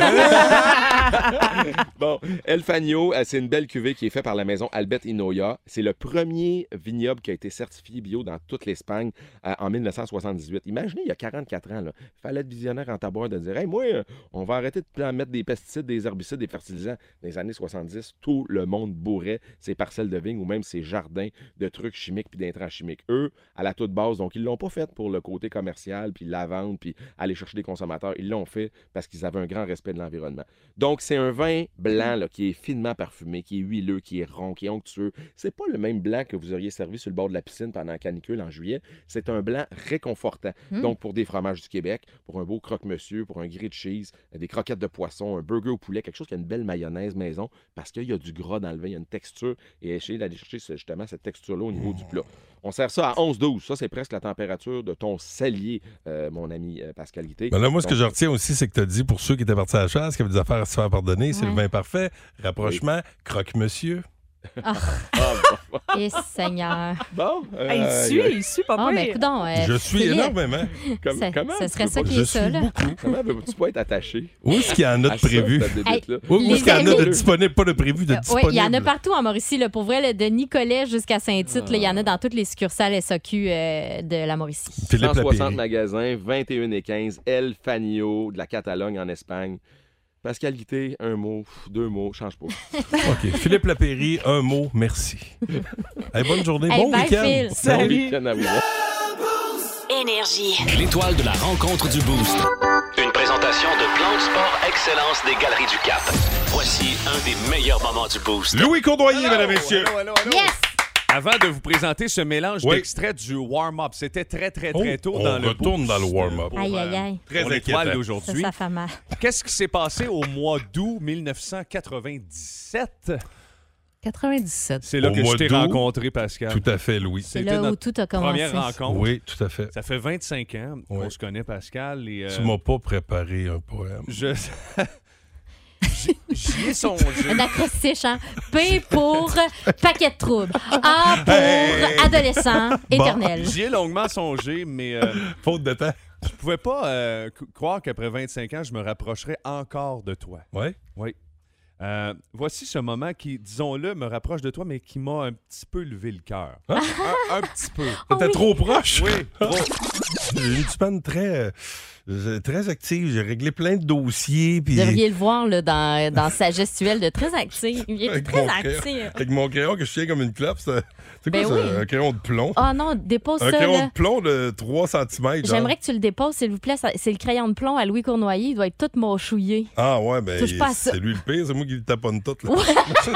bon, El Fagno, c'est une belle cuvée qui est faite par la maison Albert Inoya. C'est le premier vignoble qui a été certifié bio dans toute l'Espagne en 1978. Imaginez, il y a 44 ans, il fallait être visionnaire en tabouin de dire « Hey, moi, on va arrêter de mettre des pesticides, des herbicides, des fertilisants. » Dans les années 70, tout le monde bourrait ses parcelles de vignes ou même ses jardins de trucs chimiques puis d'intrants chimiques. Eux, à la toute base, donc ils l'ont pas fait pour le côté commercial puis la vente puis aller chercher des consommateurs. Ils l'ont fait parce qu'ils avaient un grand respect de l'environnement. Donc, c'est un vin blanc là, qui est finement parfumé, qui est huileux, qui est rond, qui est onctueux. C'est pas le même blanc que vous auriez servi sur le bord de la piscine pendant la canicule en juillet. C'est un blanc réconfortant. Donc, pour des fromages du Québec, pour un beau croque-monsieur, pour un grilled cheese, des croquettes de poisson, un burger au poulet, quelque chose qui a une belle mayonnaise maison parce qu'il y a du gras dans le vin, il y a une texture et essayer d'aller chercher justement cette texture-là au niveau du plat. On sert ça à 11-12. Ça, c'est presque la température de ton salier, mon ami Pascal Guité. Ben là, moi, ce que je retiens aussi, c'est que tu as dit, pour ceux qui étaient partis à la chasse, qui avaient des affaires à se faire pardonner, c'est le vin parfait. Rapprochement, croque-monsieur. Et Seigneur. Bon. Il suit, papa. Oh, ben, coudonc, je suis énormément. Comment? Ce serait ça qui est ça, là. Beaucoup. Comment peux-tu pas être attaché? Où est-ce qu'il y en a de prévu? Où est-ce qu'il y en a de disponible, pas de prévu, de disponible? Oui, il y en a partout en Mauricie. Là, pour vrai, de Nicolet jusqu'à Saint-Tite, il y en a dans toutes les succursales SAQ de la Mauricie. 160 magasins, 21 et 15, El Fagno, de la Catalogne en Espagne. Pascal Guité, un mot, deux mots, change pas. OK. Philippe Lapéry, un mot, merci. Hey, bonne journée, bon week-end. Bon week-end à vous. Énergie. L'étoile de la rencontre du Boost. Une présentation de Plan de Sport Excellence des Galeries du Cap. Voici un des meilleurs moments du Boost. Louis Cournoyer, mesdames et messieurs. Yes! Avant de vous présenter ce mélange d'extraits du warm-up, c'était très tôt dans le retourne dans le warm-up. Aïe, aïe, aïe. Très l'étoile inquiétant. d'aujourd'hui. Ça fait mal. Qu'est-ce qui s'est passé au mois d'août 1997? 97. C'est là Au que mois je t'ai d'août. rencontré, Pascal. Tout à fait, Louis. C'est là où tout a commencé. Première rencontre. Oui, tout à fait. Ça fait 25 ans qu'on se connaît, Pascal. Et, Tu m'as pas préparé un poème. J'y ai songé. Un acrostiche, hein? P pour paquet de troubles. A pour adolescent éternel. J'y ai longuement songé, mais... Faute de temps. Je pouvais pas croire qu'après 25 ans, je me rapprocherais encore de toi. Oui? Oui. Voici ce moment qui, disons-le, me rapproche de toi, mais qui m'a un petit peu levé le cœur. Hein? Un petit peu. T'étais trop proche? Oui, trop. J'ai eu une semaine très active. J'ai réglé plein de dossiers. Puis... Vous devriez le voir là, dans sa gestuelle de très active. Il est très actif. Avec mon crayon que je tiens comme une clope. C'est quoi ça? Oui. Un crayon de plomb? Oh non, dépose ça. Un crayon là. de plomb de 3 cm. J'aimerais que tu le déposes, s'il vous plaît. C'est le crayon de plomb à Louis Cournoyer. Il doit être tout mâchouillé. Ah ouais, ben Touche pas à ça. c'est lui le pire. C'est moi qui le taponne tout. Là. Ouais.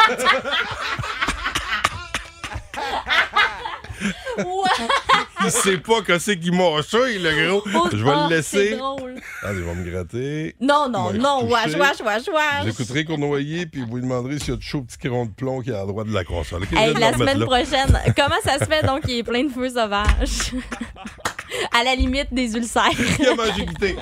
Il sait pas que c'est qu'il mâchouille, le gros. Je vais le laisser. C'est drôle. Allez, il va me gratter. Non, wesh. J'écouterai Cournoyer, puis vous lui demanderez s'il y a de chaud petit crayon de plomb qui est à la droite de la console. Okay, Hey, la semaine prochaine, comment ça se fait donc qu'il est plein de feux sauvages? À la limite des ulcères. Qui a mangé goûté?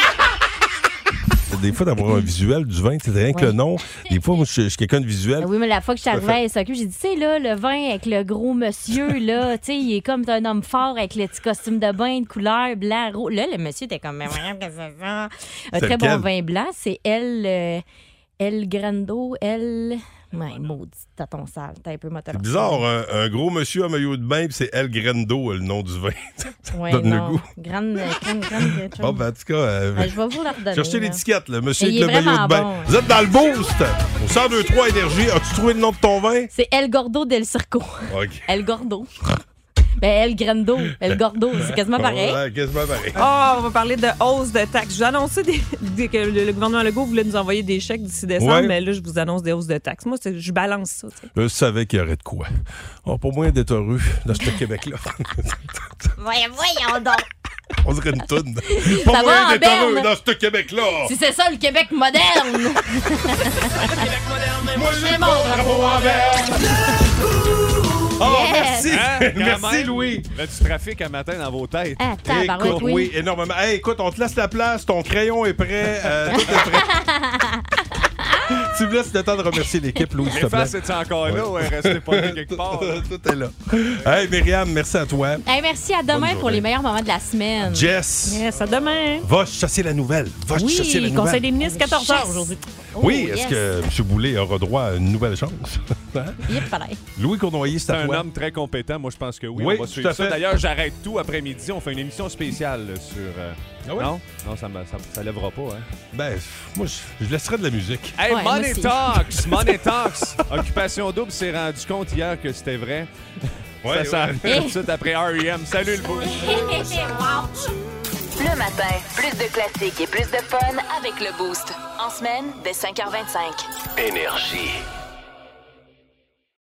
Des fois, d'avoir un visuel du vin, c'est rien que le nom. Des fois, moi, je suis quelqu'un de visuel. Oui, mais la fois que je suis arrivée à SAQ, j'ai dit, tu sais, là, le vin avec le gros monsieur, là, tu sais, il est comme un homme fort avec le petit costume de bain de couleur blanc, rouge. Là, le monsieur était comme, mais voyons que c'est ça. Un très bon vin blanc, c'est El Grando, Ouais, maudit, t'as ton sale. T'as un peu moteur. C'est bizarre, un gros monsieur à maillot de bain, puis c'est El Grando, le nom du vin. Ouais, donne non. le goût. Grande. Bon, ben, en tout cas, je vais vous la redonner. cherchez là. l'étiquette, le monsieur Mais avec le il est maillot de bain. vraiment bon. Vous êtes dans le boost! Au 102.3 Énergie. As-tu trouvé le nom de ton vin? C'est El Gordo del Circo. OK. El Gordo. Ben, El Grando, El Gordo, c'est quasiment pareil. Ouais, quasiment pareil. On va parler de hausse de taxes. Je vous annonçais que le gouvernement Legault voulait nous envoyer des chèques d'ici décembre, mais là, je vous annonce des hausses de taxes. Moi, je balance ça. T'sais. Je savais qu'il y aurait de quoi. Oh, pour moi, d'être heureux dans ce Québec-là. Voyons donc. On dirait une toune. Ça Pour va moi, en d'être berne. heureux dans ce Québec-là. Si c'est ça, le Québec moderne. Moi, j'ai mon drapeau en berne. Oh, Yes. merci! Hein, Merci, même. Louis! Il y a du trafic un matin dans vos têtes. Ah, tabarouette, Écoute, oui, énormément. Hey, écoute, on te laisse la place, ton crayon est prêt, tout est prêt. Tu me laisses le temps de remercier l'équipe, Louis, s'il te plaît. L'efface, c'est encore là ou elle est restée pas quelque part? Tout est là. Hey, Myriam, merci à toi. Hey, merci, à demain pour les meilleurs moments de la semaine. Jess. Yes, à demain. Va chasser la nouvelle. Va chasser la Oui, nouvelle. Conseil des ministres, 14h aujourd'hui. Oui, est-ce que M. Boulay aura droit à une nouvelle chance? Hein? Louis Cournoyer, c'est à un toi. homme très compétent. Moi, je pense que oui. Oui, On va tout suivre à ça. fait. D'ailleurs, j'arrête tout après-midi. On fait une émission spéciale là, sur. Ah ouais? Non, ça lèvera pas. Hein? Ben, moi, je laisserai de la musique. Hey, Ouais, Money moi Talks! Money Talks! Occupation Double s'est rendu compte hier que c'était vrai. Ouais, ça arrive tout de suite après R.E.M. Salut le beau! Le matin, plus de classiques et plus de fun avec le Boost. En semaine, dès 5h25. Énergie.